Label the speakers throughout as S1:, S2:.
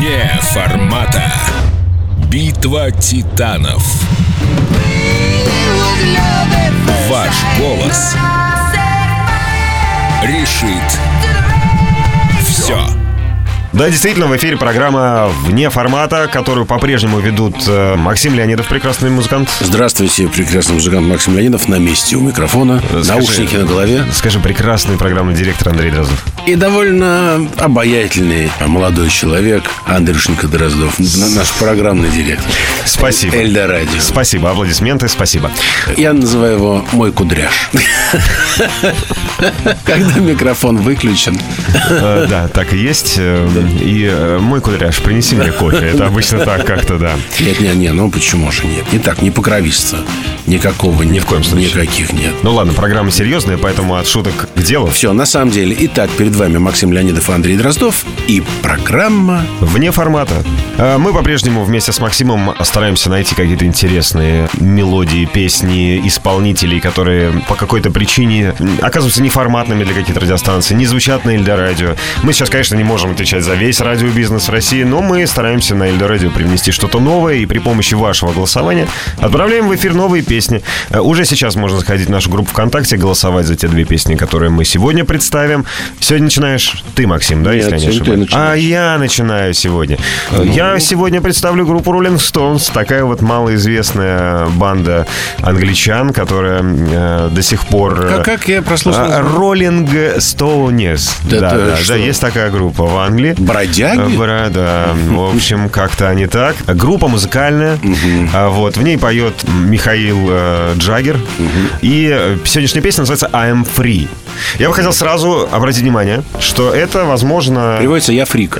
S1: Вне формата. Битва титанов. Ваш голос решит все.
S2: Да, действительно, в эфире программа «Вне формата», которую по-прежнему ведут Максим Леонидов, прекрасный музыкант.
S3: Здравствуйте, прекрасный музыкант Максим Леонидов на месте у микрофона, наушники на голове.
S2: Скажи, прекрасный программный директор Андрей Дроздов.
S3: И довольно обаятельный молодой человек Андрюшенька Дроздов, наш программный директор.
S2: Спасибо.
S3: Эльдорадио.
S2: Спасибо, аплодисменты, спасибо.
S3: Я называю его «Мой кудряш». Когда микрофон выключен.
S2: Да, так и есть. И мой кудряш, принеси мне кофе. Это обычно так как-то, да.
S3: Нет, ну почему же нет? Не так, не покровительства. Никакого
S2: ни в коем случае.
S3: Никаких нет.
S2: Ну ладно, программа серьезная, поэтому от шуток к делу.
S3: Все, на самом деле. Итак, перед вами Максим Леонидов и Андрей Дроздов. И программа
S2: «Вне формата». Мы по-прежнему вместе с Максимом стараемся найти какие-то интересные мелодии, песни, исполнителей, которые по какой-то причине оказываются неформатными для каких-то радиостанций, не звучат на Эльдорадио. Мы сейчас, конечно, не можем отвечать за весь радиобизнес в России, но мы стараемся на Эльдорадио привнести что-то новое, и при помощи вашего голосования отправляем в эфир новые песни. Уже сейчас можно заходить в нашу группу ВКонтакте, голосовать за те две песни, которые мы сегодня представим. Сегодня начинаешь ты, Максим, да,
S3: Нет,
S2: если я не ошибаюсь? А я начинаю сегодня. Я сегодня представлю группу Rolling Stones, такая вот малоизвестная банда англичан, которая до сих пор...
S3: Как я прослушал?
S2: Rolling Stones. Да, есть такая группа в Англии.
S3: Бродяги?
S2: Да, в общем, как-то они так. Группа музыкальная. Вот, в ней поет Михаил Джаггер. И сегодняшняя песня называется «I'm Free». Я бы хотел сразу обратить внимание, что это, возможно...
S3: Переводится «Я фрик».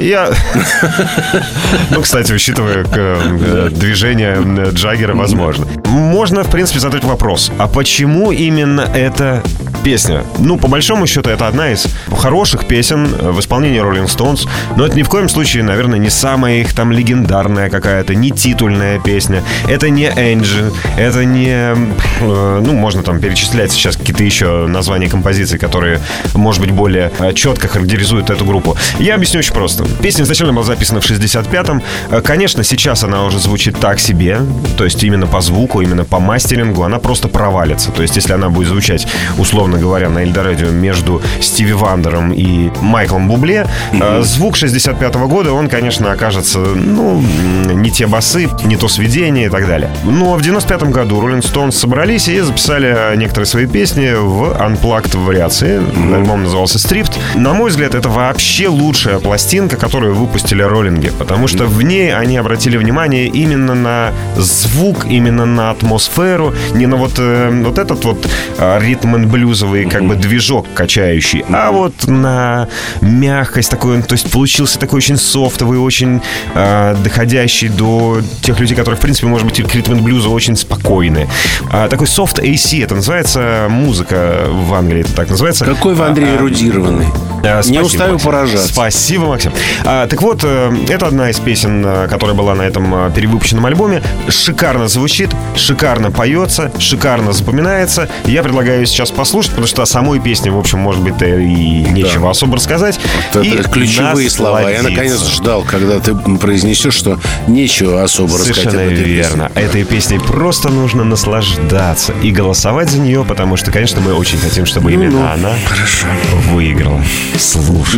S2: Ну, кстати, учитывая движение Джаггера, возможно. Можно, в принципе, задать вопрос. А почему именно эта песня? Ну, по большому счету, это одна из хороших песен в исполнении Rolling Stones. Но это ни в коем случае, наверное, не самая их там легендарная какая-то, не титульная песня. Это не Engine, это не... Ну, можно там перечислять сейчас какие-то еще названия композиций, которые, может быть, более четко характеризуют эту группу. Я объясню очень просто. Песня изначально была записана в 65-м. Конечно, сейчас она уже звучит так себе. То есть именно по звуку, именно по мастерингу она просто провалится. То есть если она будет звучать, условно говоря, на Эльдорадио между Стиви Вандером и Майклом Бубле, звук 65-го года, он, конечно, окажется, ну, не те басы, не то сведение и так далее. Но в 95-м году Rolling Stones собрались и записали некоторые свои песни в unplugged вариации. Альбом назывался Stripped. На мой взгляд, это вообще лучшая пластинка, которую выпустили роллинги, потому что в ней они обратили внимание именно на звук, именно на атмосферу, не на вот этот вот ритм-н-блюзовый как бы движок качающий, а вот на мягкость такой, то есть получился такой очень софтовый, очень доходящий до тех людей, которые, в принципе, может быть, к ритм-н-блюзу очень спокойные. Такой soft AC, это называется музыка в Англии, это так называется.
S3: Какой вы, Андрей, эрудированный. Не устаю поражаться.
S2: Спасибо, Максим. Так вот, это одна из песен, которая была на этом перевыпущенном альбоме. Шикарно звучит, шикарно поется, шикарно запоминается. Я предлагаю ее сейчас послушать, потому что о самой песне, в общем, может быть, и нечего особо рассказать.
S3: Вот это ключевые слова. Я наконец ждал, когда ты произнесешь, что нечего особо рассказать.
S2: Совершенно верно. Этой песней просто нужно наслаждаться и голосовать за нее, потому что, конечно, мы очень хотим, чтобы именно она выиграла. Слушаем.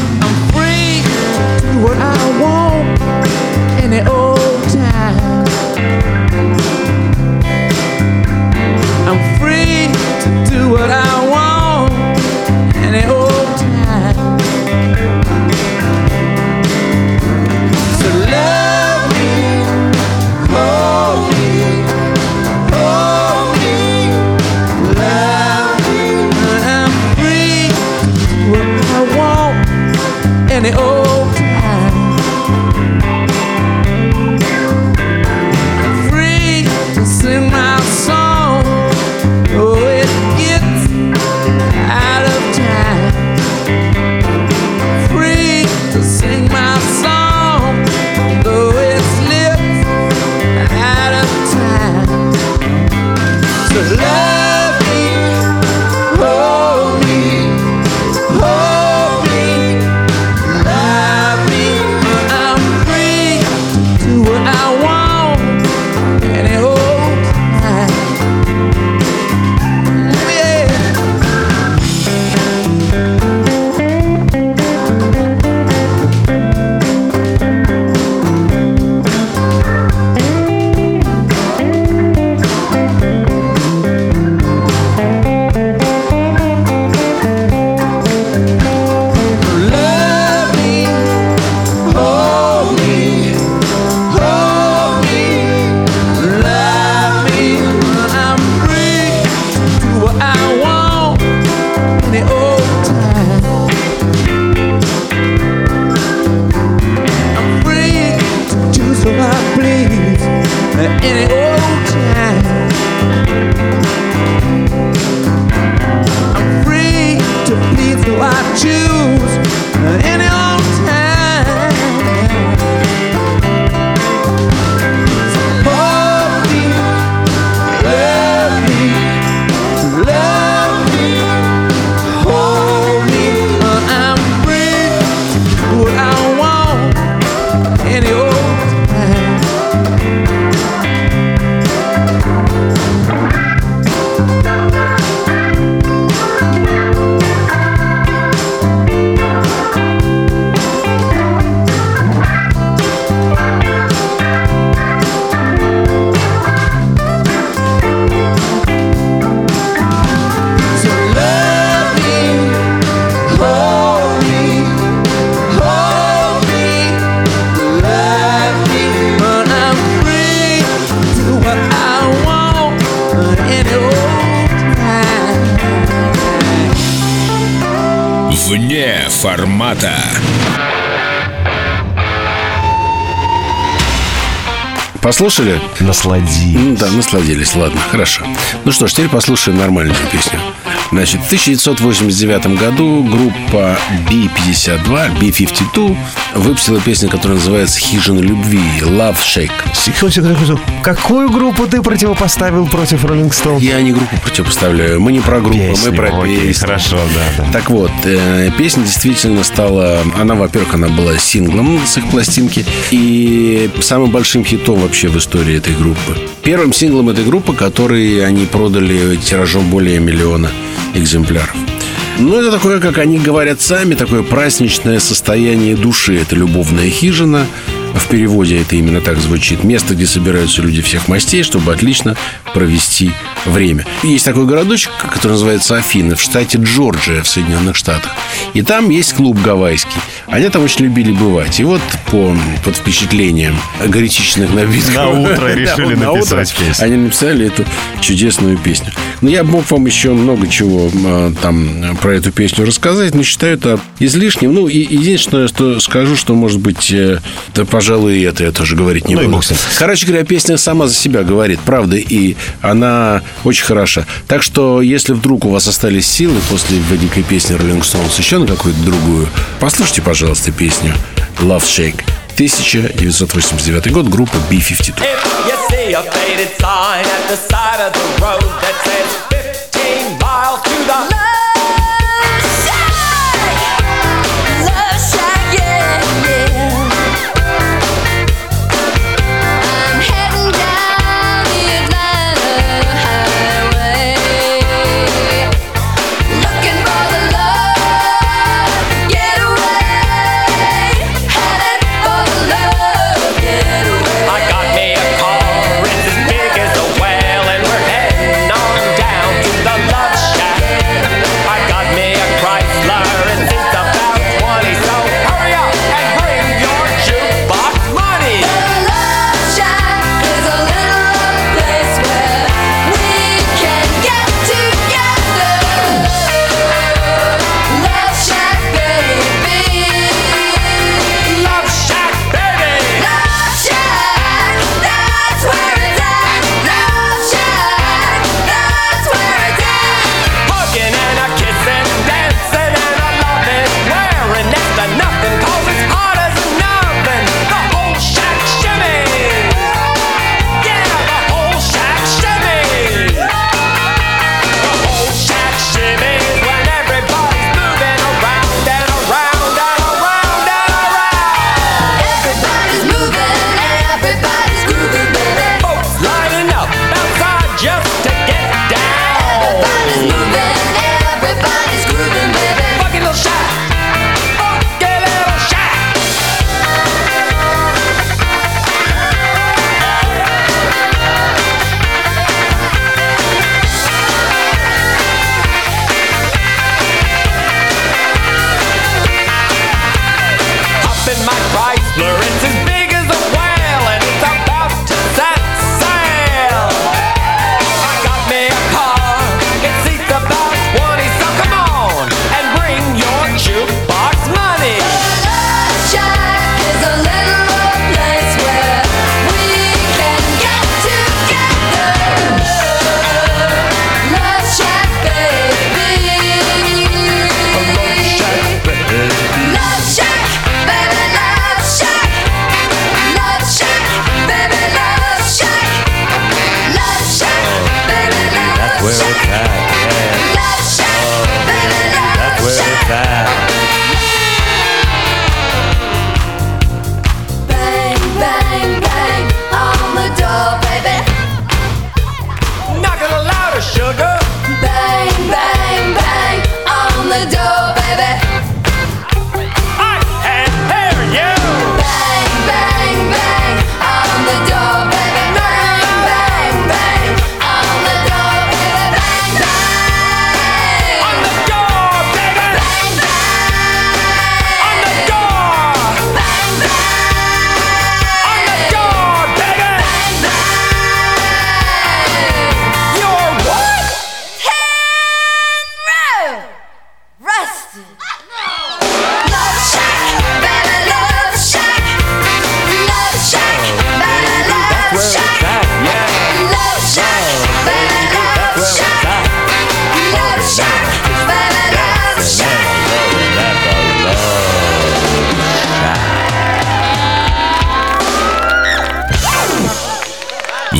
S4: Any old time, free to sing my song. Oh, it gets out of time. Free to sing my song. Oh, it slips out of time. So love me, hold me, hold me.
S1: формата.
S3: Послушали?
S2: Насладись.
S3: Да, насладились, ладно, хорошо. Ну что ж, теперь послушаем нормальную песню. Значит, в 1989 году группа B-52 выпустила песню, которая называется «Хижина любви» «Love Shack».
S2: Секунду. Какую группу ты противопоставил против Rolling Stone?
S3: Я не группу противопоставляю, мы не про группу, мы про
S2: Окей,
S3: песню.
S2: хорошо, да.
S3: Так вот, песня действительно стала... Она, во-первых, она была синглом с их пластинки и самым большим хитом вообще в истории этой группы. Первым синглом этой группы, который они продали тиражом более 1 миллиона экземпляров. Ну, это такое, как они говорят сами, такое праздничное состояние души. Это любовная хижина. В переводе это именно так звучит. Место, где собираются люди всех мастей, чтобы отлично провести время. Есть такой городочек, который называется Афины, в штате Джорджия, в Соединенных Штатах. И там есть клуб гавайский. Они там очень любили бывать. И вот под впечатлением горячительных напитков
S2: На утро решили
S3: на утро
S2: написать песню.
S3: они написали эту чудесную песню. Но я мог вам еще много чего там про эту песню рассказать, но считаю это излишним. Ну, и единственное, что скажу, что, может быть, да, пожалуй, это я тоже говорить не
S2: Ну и
S3: буду.
S2: бог с ним.
S3: Короче говоря, песня сама за себя говорит, правда, и она очень хороша. Так что, если вдруг у вас остались силы после великой песни Rolling Stones еще на какую-то другую, послушайте, пожалуйста, песню «Love Shake». 1989 год, группа B-52.
S5: If you see a faded sign at the side of the road that says 15 miles to the
S6: Love Shack, yeah, yeah. I'm heading down the Atlanta highway, looking for the love getaway, headed for the love getaway.
S5: I got me a car, it's as big as a whale, and we're heading on down to the Love Shack.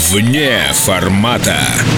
S1: Вне формата.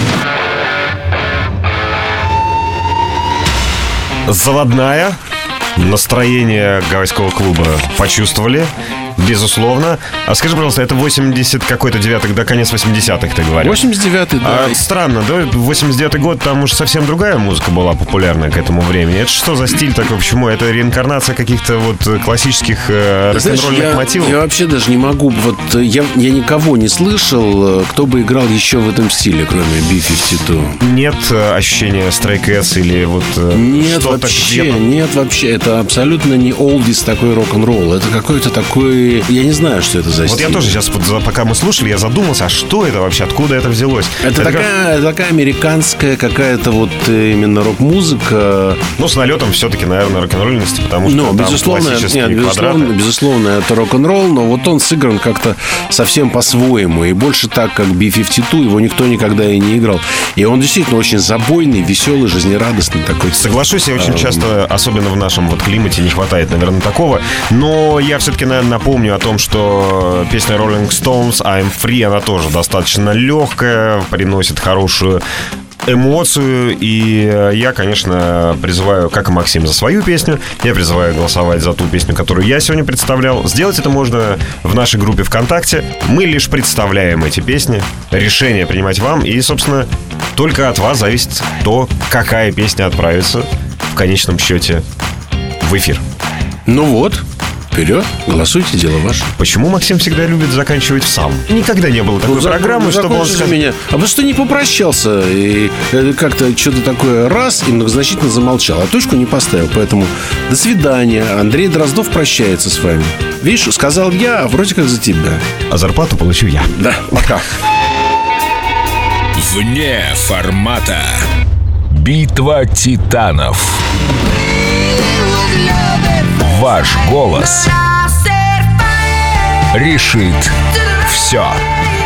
S2: Заводная. Настроение гавайского клуба почувствовали, безусловно. А скажи, пожалуйста, это 80 какой-то 9-й, до конец 80-х, ты говорил?
S3: 89-й, да.
S2: Странно, да? 89-й год, там уже совсем другая музыка была популярна к этому времени. Это что за стиль такой? Почему? Это реинкарнация каких-то вот классических рок-н-ролльных мотивов?
S3: Я вообще даже не могу. Вот я никого не слышал, кто бы играл еще в этом стиле, кроме B-52.
S2: Нет ощущения Stray Cats или вот
S3: Нет
S2: что-то
S3: вообще,
S2: где-то?
S3: нет вообще. Это абсолютно не олдис такой рок-н-ролл. Это какой-то такой... Я не знаю, что это за
S2: Вот
S3: стиль.
S2: я тоже сейчас, пока мы слушали, я задумался, а что это вообще, откуда это взялось?
S3: Это такая американская какая-то вот именно рок-музыка.
S2: Ну, с налетом все-таки, наверное, рок-н-ролльности, потому что
S3: Ну,
S2: там
S3: безусловно,
S2: классические квадраты.
S3: безусловно, это рок-н-ролл, но вот он сыгран как-то совсем по-своему. И больше так, как B-52, его никто никогда и не играл. И он действительно очень забойный, веселый, жизнерадостный такой.
S2: Соглашусь, я очень часто, особенно в нашем вот климате, не хватает, наверное, такого. Но я все-таки, наверное, напомню о том, что песня Rolling Stones I'm Free, она тоже достаточно легкая, приносит хорошую эмоцию. И я, конечно, призываю, как и Максим, за свою песню. Я призываю голосовать за ту песню, которую я сегодня представлял. Сделать это можно в нашей группе ВКонтакте. Мы лишь представляем эти песни. Решение принимать вам. И, собственно, только от вас зависит то, какая песня отправится в конечном счете в эфир.
S3: Ну вот, вперед, голосуйте, дело ваше.
S2: Почему Максим всегда любит заканчивать в сам? Никогда не было такой программы, чтобы он
S3: закончи за
S2: сказал...
S3: меня. А потому что не попрощался и как-то что-то такое раз и многозначительно замолчал, а точку не поставил. Поэтому до свидания. Андрей Дроздов прощается с вами. Видишь, сказал я, а вроде как за тебя.
S2: А зарплату получу я.
S3: Да, пока.
S1: Вне формата. Битва титанов. Ваш голос решит все.